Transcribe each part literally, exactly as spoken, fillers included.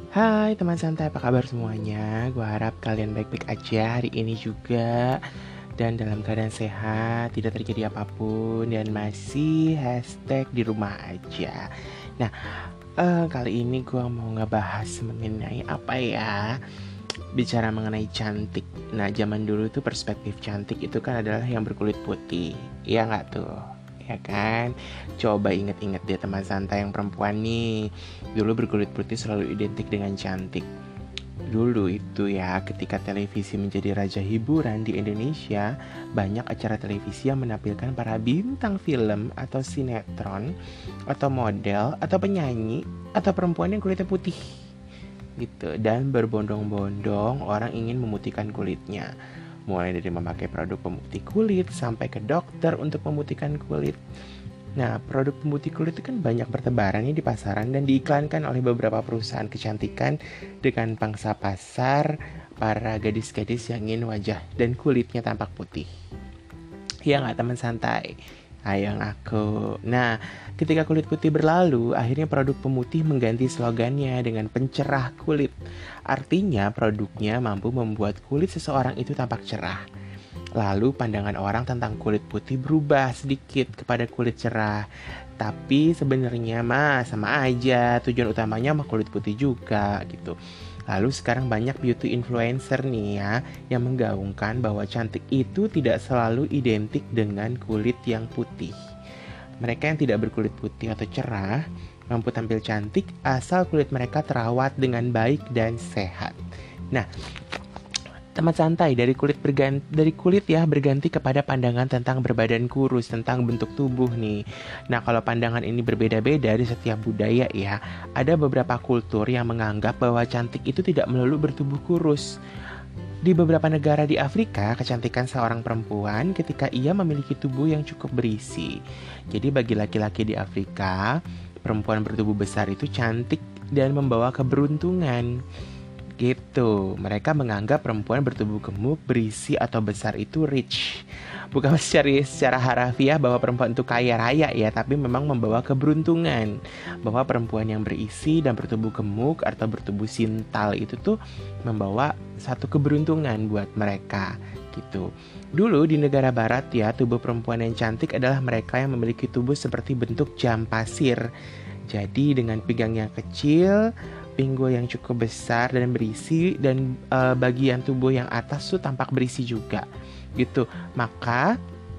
Hai teman santai, apa kabar semuanya? Gue harap kalian baik-baik aja hari ini juga dan dalam keadaan sehat, tidak terjadi apapun dan masih hashtag di rumah aja. Nah, eh, kali ini gue mau ngebahas mengenai apa ya? Bicara mengenai cantik. Nah, zaman dulu tuh perspektif cantik itu kan adalah yang berkulit putih. Iya nggak tuh? Ya kan? Coba inget-inget deh teman santai yang perempuan nih. Dulu berkulit putih selalu identik dengan cantik. Dulu itu ya, ketika televisi menjadi raja hiburan di Indonesia, banyak acara televisi yang menampilkan para bintang film atau sinetron, atau model, atau penyanyi, atau perempuan yang kulitnya putih gitu. Dan berbondong-bondong orang ingin memutihkan kulitnya. Mulai dari memakai produk pemutih kulit sampai ke dokter untuk memutihkan kulit. Nah, produk pemutih kulit itu kan banyak bertebaran di pasaran dan diiklankan oleh beberapa perusahaan kecantikan dengan pangsa pasar para gadis-gadis yang ingin wajah dan kulitnya tampak putih. Ya nggak teman santai? Ayo ngaku. Nah, ketika kulit putih berlalu, akhirnya produk pemutih mengganti slogannya dengan pencerah kulit. Artinya produknya mampu membuat kulit seseorang itu tampak cerah. Lalu pandangan orang tentang kulit putih berubah sedikit kepada kulit cerah. Tapi sebenarnya mah sama aja, tujuan utamanya mah kulit putih juga gitu. Lalu sekarang banyak beauty influencer nih ya yang menggaungkan bahwa cantik itu tidak selalu identik dengan kulit yang putih. Mereka yang tidak berkulit putih atau cerah mampu tampil cantik asal kulit mereka terawat dengan baik dan sehat. Nah, teman santai dari kulit berganti dari kulit ya berganti kepada pandangan tentang berbadan kurus, tentang bentuk tubuh nih. Nah, kalau pandangan ini berbeda-beda di setiap budaya ya, ada beberapa kultur yang menganggap bahwa cantik itu tidak melulu bertubuh kurus. Di beberapa negara di Afrika, kecantikan seorang perempuan ketika ia memiliki tubuh yang cukup berisi. Jadi bagi laki-laki di Afrika, perempuan bertubuh besar itu cantik dan membawa keberuntungan. Gitu, mereka menganggap perempuan bertubuh gemuk, berisi atau besar itu rich. Bukan secara, secara harafiah bahwa perempuan itu kaya raya ya, tapi memang membawa keberuntungan. Bahwa perempuan yang berisi dan bertubuh gemuk atau bertubuh sintal itu tuh membawa satu keberuntungan buat mereka gitu. Dulu di negara barat ya, tubuh perempuan yang cantik adalah mereka yang memiliki tubuh seperti bentuk jam pasir. Jadi dengan pinggang yang kecil, pinggul yang cukup besar dan berisi, dan uh, bagian tubuh yang atas tuh tampak berisi juga gitu. Maka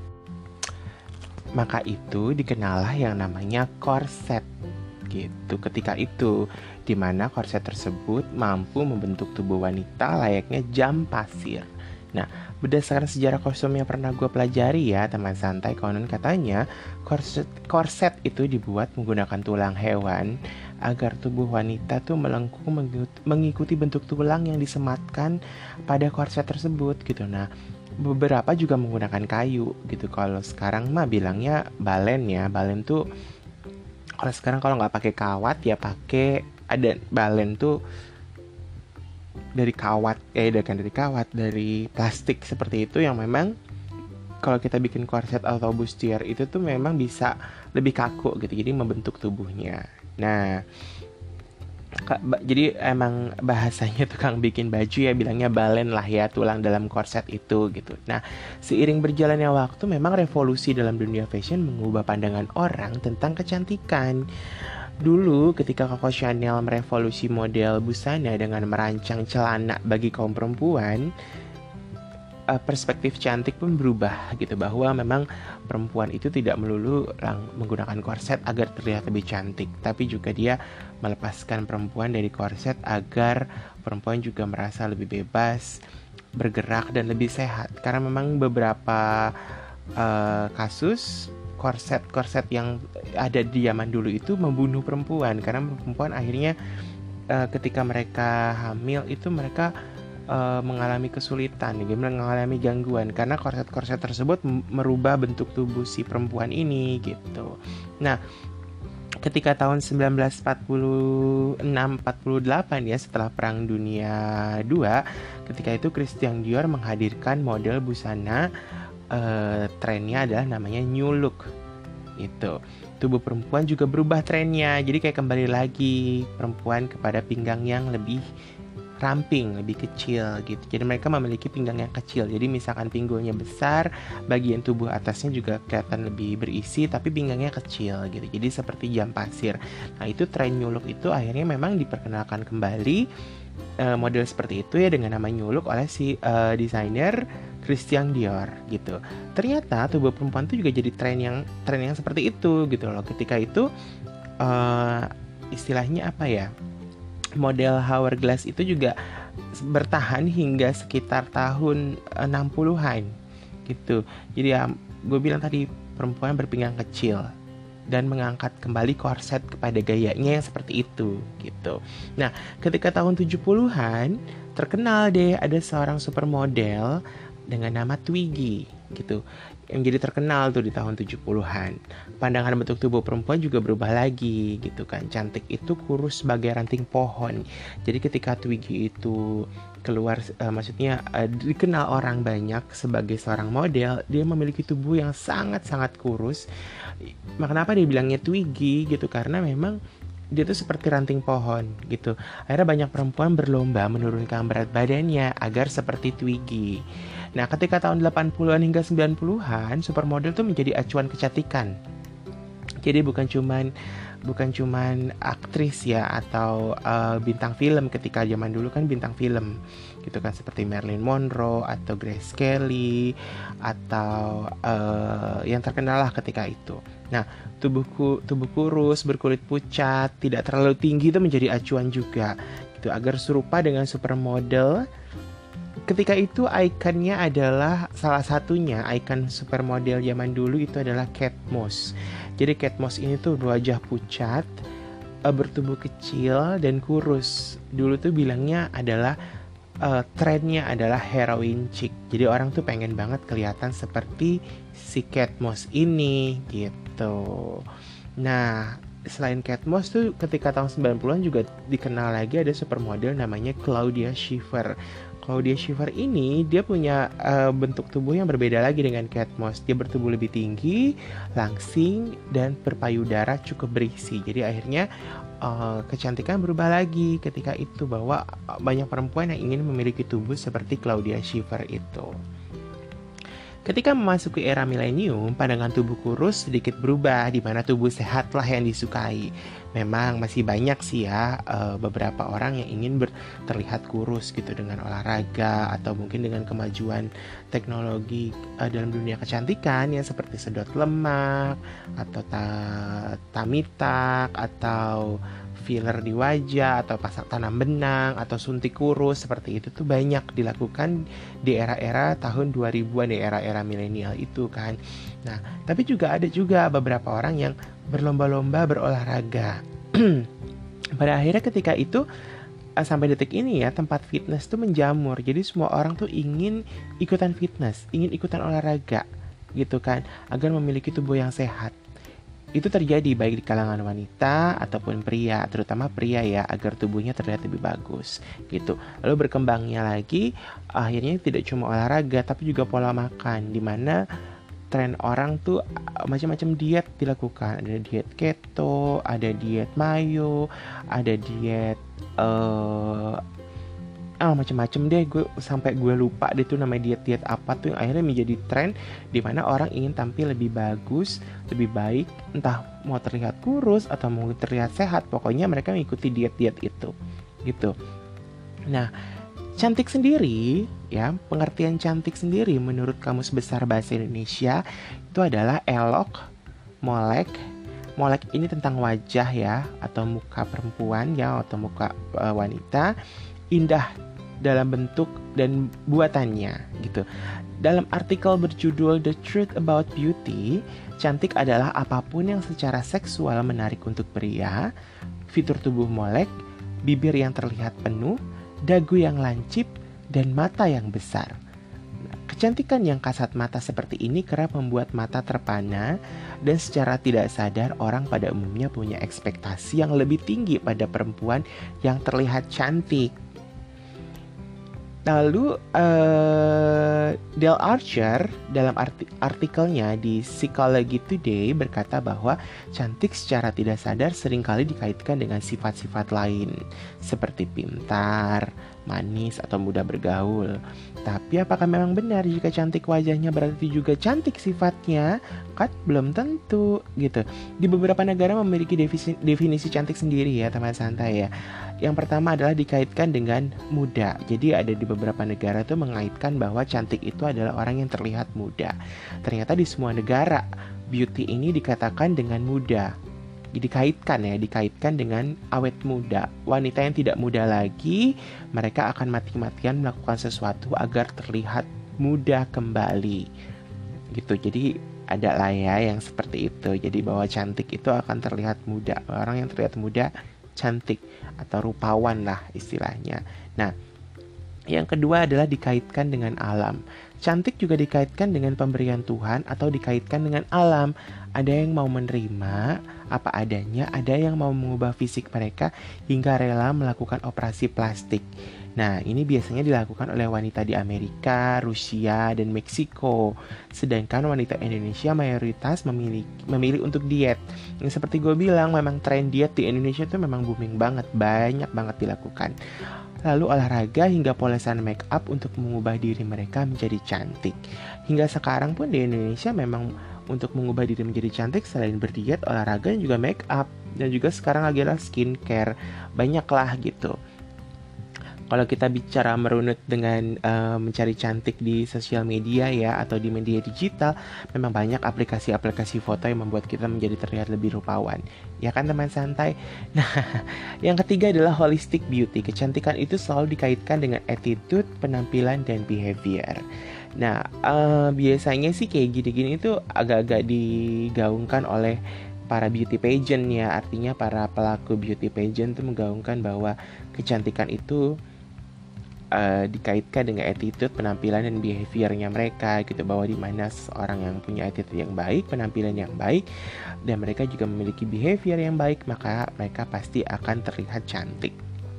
maka itu dikenallah yang namanya korset gitu. Ketika itu, di mana korset tersebut mampu membentuk tubuh wanita layaknya jam pasir. Nah, berdasarkan sejarah kostum yang pernah gue pelajari ya teman santai, konon katanya korset, korset itu dibuat menggunakan tulang hewan agar tubuh wanita tuh melengkung mengikuti bentuk tulang yang disematkan pada korset tersebut gitu. Nah, beberapa juga menggunakan kayu gitu. Kalau sekarang mah bilangnya balen ya. Balen tuh kalau sekarang kalau nggak pakai kawat ya pakai ada balen tuh dari kawat, eh kan dari kawat, dari plastik seperti itu yang memang kalau kita bikin korset atau bustier itu tuh memang bisa lebih kaku gitu, jadi membentuk tubuhnya. Nah, jadi emang bahasanya tukang bikin baju ya bilangnya balen lah ya, tulang dalam korset itu gitu. Nah, seiring berjalannya waktu memang revolusi dalam dunia fashion mengubah pandangan orang tentang kecantikan. Dulu ketika Coco Chanel merevolusi model busana dengan merancang celana bagi kaum perempuan, perspektif cantik pun berubah gitu, bahwa memang perempuan itu tidak melulu menggunakan korset agar terlihat lebih cantik, tapi juga dia melepaskan perempuan dari korset agar perempuan juga merasa lebih bebas bergerak dan lebih sehat. Karena memang beberapa uh, kasus korset-korset yang ada di zaman dulu itu membunuh perempuan, karena perempuan akhirnya uh, ketika mereka hamil itu mereka uh, mengalami kesulitan, mengalami gangguan karena korset-korset tersebut merubah bentuk tubuh si perempuan ini gitu. Nah, ketika tahun sembilan belas empat puluh enam empat puluh delapan ya, setelah Perang Dunia kedua, ketika itu Christian Dior menghadirkan model busana, uh, trennya adalah namanya new look. gitu. Tubuh perempuan juga berubah trennya, jadi kayak kembali lagi perempuan kepada pinggang yang lebih ramping, lebih kecil gitu. Jadi mereka memiliki pinggang yang kecil. Jadi misalkan pinggulnya besar, bagian tubuh atasnya juga kelihatan lebih berisi, tapi pinggangnya kecil gitu. Jadi seperti jam pasir. Nah itu tren nyuluk itu akhirnya memang diperkenalkan kembali uh, model seperti itu ya dengan nama nyuluk oleh si uh, desainer Christian Dior gitu. Ternyata tubuh perempuan itu juga jadi tren yang tren yang seperti itu gitu loh. Ketika itu uh, istilahnya apa ya? Model hourglass itu juga bertahan hingga sekitar tahun enam puluhan gitu. Jadi ya gue bilang tadi perempuan berpinggang kecil dan mengangkat kembali korset kepada gayanya yang seperti itu gitu. Nah ketika tahun tujuh puluhan terkenal deh ada seorang supermodel dengan nama Twiggy gitu yang jadi terkenal tuh di tahun tujuh puluhan. Pandangan bentuk tubuh perempuan juga berubah lagi gitu kan. Cantik itu kurus sebagai ranting pohon. Jadi ketika Twiggy itu keluar uh, maksudnya uh, dikenal orang banyak sebagai seorang model, dia memiliki tubuh yang sangat-sangat kurus. Kenapa dia bilangnya Twiggy gitu? Karena memang dia tuh seperti ranting pohon gitu. Akhirnya banyak perempuan berlomba menurunkan berat badannya agar seperti Twiggy. Nah, ketika tahun delapan puluhan hingga sembilan puluhan, supermodel tuh menjadi acuan kecantikan. Jadi bukan cuman bukan cuman aktris ya atau uh, bintang film. Ketika zaman dulu kan bintang film gitu kan, seperti Marilyn Monroe atau Grace Kelly atau uh, yang terkenal lah ketika itu. Nah, tubuhku tubuh kurus, berkulit pucat, tidak terlalu tinggi itu menjadi acuan juga gitu agar serupa dengan supermodel. Ketika itu ikonnya adalah salah satunya ikon supermodel zaman dulu itu adalah Kate Moss. Jadi Kate Moss ini tuh berwajah pucat, bertubuh kecil dan kurus. Dulu tuh bilangnya adalah uh, trennya adalah heroin chic. Jadi orang tuh pengen banget kelihatan seperti si Kate Moss ini gitu. Nah, selain Kate Moss tuh ketika tahun sembilan puluhan juga dikenal lagi ada supermodel namanya Claudia Schiffer. Claudia Schiffer ini dia punya uh, bentuk tubuh yang berbeda lagi dengan Kate Moss. Dia bertubuh lebih tinggi, langsing, dan berpayudara cukup berisi. Jadi akhirnya uh, kecantikan berubah lagi ketika itu bahwa banyak perempuan yang ingin memiliki tubuh seperti Claudia Schiffer itu. Ketika memasuki era milenium, pandangan tubuh kurus sedikit berubah, di mana tubuh sehatlah yang disukai. Memang masih banyak sih ya uh, beberapa orang yang ingin ber- terlihat kurus gitu dengan olahraga atau mungkin dengan kemajuan teknologi uh, dalam dunia kecantikan yang seperti sedot lemak atau ta- tamitak atau filler di wajah atau pasang tanam benang atau suntik kurus seperti itu tuh banyak dilakukan di era-era tahun dua ribuan, di era-era milenial itu kan. Nah, tapi juga ada juga beberapa orang yang berlomba-lomba berolahraga. Pada akhirnya ketika itu sampai detik ini ya tempat fitness tuh menjamur. Jadi semua orang tuh ingin ikutan fitness, ingin ikutan olahraga gitu kan agar memiliki tubuh yang sehat. Itu terjadi baik di kalangan wanita ataupun pria, terutama pria ya, agar tubuhnya terlihat lebih bagus gitu. Lalu berkembangnya lagi, akhirnya tidak cuma olahraga tapi juga pola makan, di mana tren orang tuh macam-macam diet dilakukan. Ada diet keto, ada diet mayo, ada diet uh, ah macam-macam deh, gue sampai gue lupa deh tuh namanya diet-diet apa tuh yang akhirnya menjadi tren di mana orang ingin tampil lebih bagus, lebih baik, entah mau terlihat kurus atau mau terlihat sehat, pokoknya mereka mengikuti diet-diet itu gitu. Nah, cantik sendiri ya, pengertian cantik sendiri menurut Kamus Besar Bahasa Indonesia itu adalah elok, molek. Molek ini tentang wajah ya, atau muka perempuan ya, atau muka uh, wanita, indah dalam bentuk dan buatannya gitu. Dalam artikel berjudul The Truth About Beauty, cantik adalah apapun yang secara seksual menarik untuk pria, fitur tubuh molek, bibir yang terlihat penuh, dagu yang lancip, dan mata yang besar. Kecantikan yang kasat mata seperti ini kerap membuat mata terpana, dan secara tidak sadar orang pada umumnya punya ekspektasi yang lebih tinggi pada perempuan yang terlihat cantik. Lalu uh, Dale Archer dalam arti- artikelnya di Psychology Today berkata bahwa cantik secara tidak sadar seringkali dikaitkan dengan sifat-sifat lain seperti pintar, manis, atau mudah bergaul. Tapi apakah memang benar jika cantik wajahnya berarti juga cantik sifatnya? Kan belum tentu gitu. Di beberapa negara memiliki definisi, definisi cantik sendiri ya teman santai ya. Yang pertama adalah dikaitkan dengan muda. Jadi ada di beberapa negara tuh mengaitkan bahwa cantik itu adalah orang yang terlihat muda. Ternyata di semua negara beauty ini dikatakan dengan muda. Dikaitkan ya, dikaitkan dengan awet muda. Wanita yang tidak muda lagi, mereka akan mati-matian melakukan sesuatu agar terlihat muda kembali. Gitu. Jadi ada lah ya yang seperti itu. Jadi bahwa cantik itu akan terlihat muda. Orang yang terlihat muda cantik atau rupawan lah istilahnya. Nah, yang kedua adalah dikaitkan dengan alam. Cantik juga dikaitkan dengan pemberian Tuhan atau dikaitkan dengan alam. Ada yang mau menerima apa adanya, ada yang mau mengubah fisik mereka hingga rela melakukan operasi plastik. Nah, ini biasanya dilakukan oleh wanita di Amerika, Rusia, dan Meksiko. Sedangkan wanita Indonesia mayoritas memilih, memilih untuk diet. Yang seperti gue bilang, memang tren diet di Indonesia itu memang booming banget, banyak banget dilakukan. Lalu olahraga hingga polesan make up untuk mengubah diri mereka menjadi cantik. Hingga sekarang pun di Indonesia memang untuk mengubah diri menjadi cantik selain berdiet, olahraga dan juga make up. Dan juga sekarang lagi adalah skincare. Banyak lah gitu. Kalau kita bicara merunut dengan uh, mencari cantik di sosial media ya atau di media digital, memang banyak aplikasi-aplikasi foto yang membuat kita menjadi terlihat lebih rupawan. Ya kan teman santai? Nah, yang ketiga adalah holistic beauty. Kecantikan itu selalu dikaitkan dengan attitude, penampilan, dan behavior. Nah, uh, biasanya sih kayak gini-gini itu agak-agak digaungkan oleh para beauty pageant ya. Artinya para pelaku beauty pageant itu menggaungkan bahwa kecantikan itu Uh, dikaitkan dengan attitude, penampilan, dan behaviornya mereka gitu, bahwa dimana seorang yang punya attitude yang baik, penampilan yang baik, dan mereka juga memiliki behavior yang baik, maka mereka pasti akan terlihat cantik.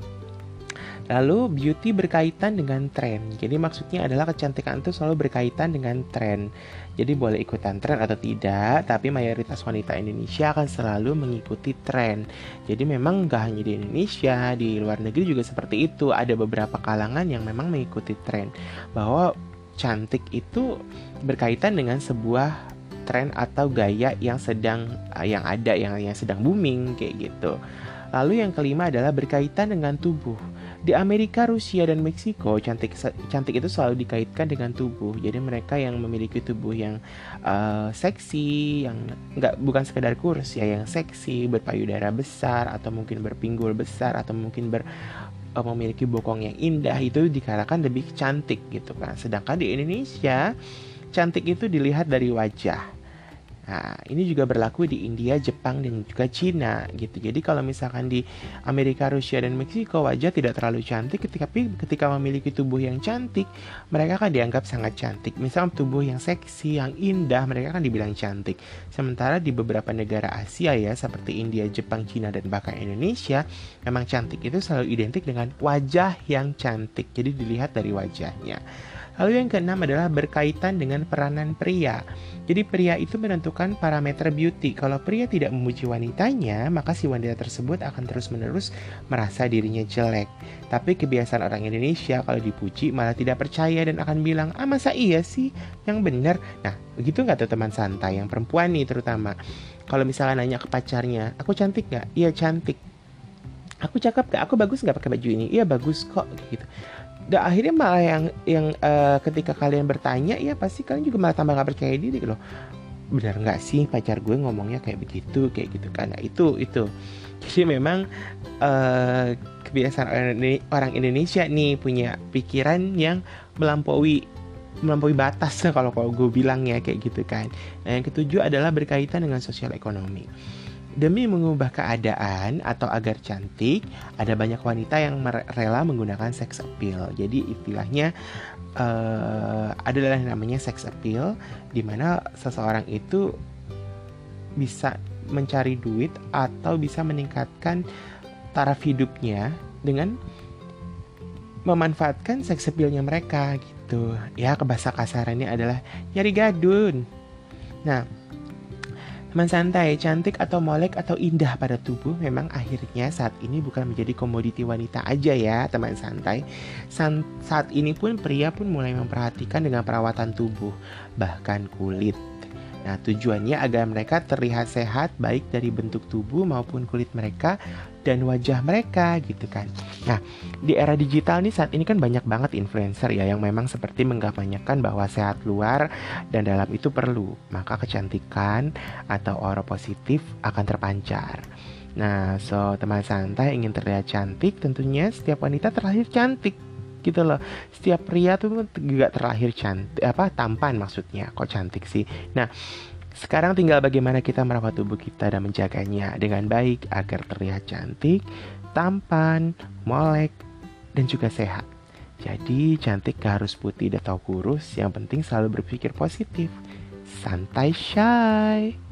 Lalu beauty berkaitan dengan tren. Jadi maksudnya adalah kecantikan itu selalu berkaitan dengan tren. Jadi boleh ikutan tren atau tidak, tapi mayoritas wanita Indonesia akan selalu mengikuti tren. Jadi memang gak hanya di Indonesia, di luar negeri juga seperti itu. Ada beberapa kalangan yang memang mengikuti tren, bahwa cantik itu berkaitan dengan sebuah tren atau gaya yang sedang yang ada, yang yang sedang booming kayak gitu. Lalu yang kelima adalah berkaitan dengan tubuh. Di Amerika, Rusia, dan Meksiko, cantik cantik itu selalu dikaitkan dengan tubuh. Jadi mereka yang memiliki tubuh yang uh, seksi, yang nggak bukan sekedar kurus ya, yang seksi, berpayudara besar, atau mungkin berpinggul besar, atau mungkin ber uh, memiliki bokong yang indah, itu dikatakan lebih cantik gitu kan. Sedangkan di Indonesia, cantik itu dilihat dari wajah. Nah, ini juga berlaku di India, Jepang, dan juga Cina gitu. Jadi kalau misalkan di Amerika, Rusia, dan Meksiko wajah tidak terlalu cantik, tapi ketika memiliki tubuh yang cantik, mereka akan dianggap sangat cantik. Misalnya tubuh yang seksi, yang indah, mereka akan dibilang cantik. Sementara di beberapa negara Asia ya, seperti India, Jepang, Cina, dan bahkan Indonesia, memang cantik itu selalu identik dengan wajah yang cantik. Jadi dilihat dari wajahnya. Lalu yang keenam adalah berkaitan dengan peranan pria. Jadi pria itu menentukan parameter beauty. Kalau pria tidak memuji wanitanya, maka si wanita tersebut akan terus-menerus merasa dirinya jelek. Tapi kebiasaan orang Indonesia kalau dipuji malah tidak percaya dan akan bilang, ah masa iya sih, yang benar. Nah, begitu nggak tuh teman santai, yang perempuan nih terutama. Kalau misalnya nanya ke pacarnya, aku cantik nggak? Iya cantik. Aku cakep nggak? Aku bagus nggak pakai baju ini? Iya bagus kok, gitu. Dan akhirnya malah yang yang uh, ketika kalian bertanya, ya pasti kalian juga malah tambah gak percaya diri loh. Benar nggak sih pacar gue ngomongnya kayak begitu, kayak gitu kan? Nah, itu itu. Jadi memang uh, kebiasaan orang Indonesia nih punya pikiran yang melampaui melampaui batas kalau kalau gue bilang ya kayak gitu kan. Nah, yang ketujuh adalah berkaitan dengan sosial ekonomi. Demi mengubah keadaan atau agar cantik, ada banyak wanita yang rela menggunakan sex appeal. Jadi istilahnya uh, adalah namanya sex appeal, di mana seseorang itu bisa mencari duit atau bisa meningkatkan taraf hidupnya dengan memanfaatkan seks appeal-nya mereka gitu. Ya, bahasa kasarannya adalah nyari gadun. Nah, teman santai, cantik atau molek atau indah pada tubuh memang akhirnya saat ini bukan menjadi komoditi wanita aja ya teman santai. San saat ini pun pria pun mulai memperhatikan dengan perawatan tubuh, bahkan kulit. Nah, tujuannya agar mereka terlihat sehat baik dari bentuk tubuh maupun kulit mereka dan wajah mereka gitu kan. Nah, di era digital nih saat ini kan banyak banget influencer ya yang memang seperti mengkampanyekan bahwa sehat luar dan dalam itu perlu. Maka kecantikan atau aura positif akan terpancar. Nah, so teman santai ingin terlihat cantik, tentunya setiap wanita terlahir cantik gitu loh. Setiap pria tuh juga terlahir cantik, apa tampan maksudnya, kok cantik sih. Nah, sekarang tinggal bagaimana kita merawat tubuh kita dan menjaganya dengan baik agar terlihat cantik, tampan, molek, dan juga sehat. Jadi cantik gak harus putih atau kurus, yang penting selalu berpikir positif. Santai shy.